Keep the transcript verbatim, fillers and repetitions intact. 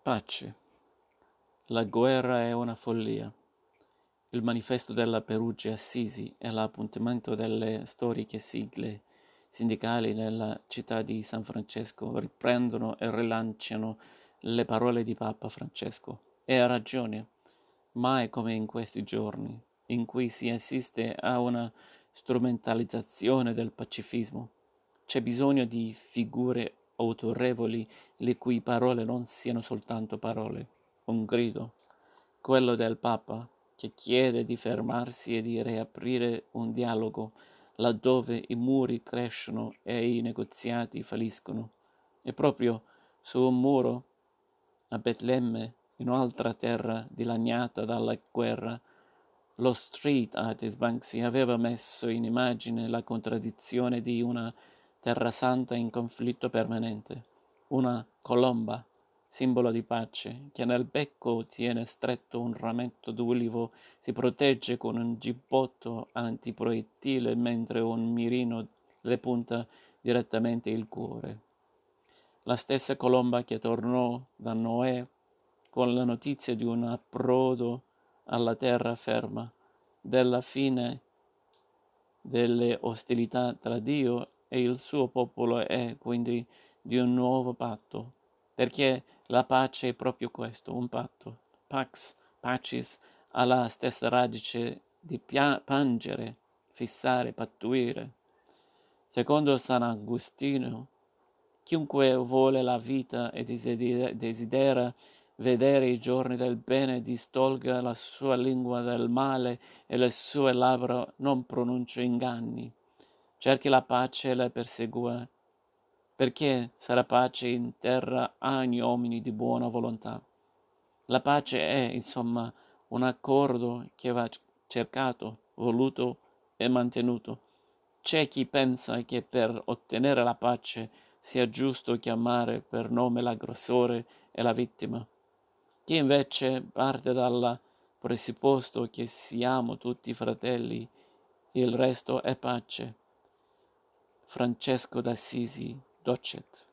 Pace. La guerra è una follia. Il manifesto della Perugia Assisi è l'appuntamento delle storiche sigle sindacali nella città di San Francesco riprendono e rilanciano le parole di Papa Francesco. E ha ragione. Mai come in questi giorni, in cui si assiste a una strumentalizzazione del pacifismo, c'è bisogno di figure autorevoli le cui parole non siano soltanto parole, un grido, quello del Papa, che chiede di fermarsi e di riaprire un dialogo laddove i muri crescono e i negoziati falliscono. E proprio su un muro, a Betlemme, in un'altra terra dilaniata dalla guerra, lo street artist Banksy aveva messo in immagine la contraddizione di una terra santa in conflitto permanente, una colomba, simbolo di pace, che nel becco tiene stretto un rametto d'ulivo, si protegge con un giubbotto antiproiettile mentre un mirino le punta direttamente il cuore. La stessa colomba che tornò da Noè con la notizia di un approdo alla terraferma, della fine delle ostilità tra Dio e il suo popolo e quindi di un nuovo patto, perché la pace è proprio questo, un patto. Pax, pacis, ha la stessa radice di pia- pangere, fissare, pattuire. Secondo San Agostino, chiunque vuole la vita e desidera vedere i giorni del bene distolga la sua lingua dal male e le sue labbra non pronuncia inganni. Cerchi la pace e la persegua, perché sarà pace in terra a ogni uomini di buona volontà. La pace è, insomma, un accordo che va cercato, voluto e mantenuto. C'è chi pensa che per ottenere la pace sia giusto chiamare per nome l'aggressore e la vittima. Chi invece parte dal presupposto che siamo tutti fratelli, il resto è pace. Francesco d'Assisi, Docet.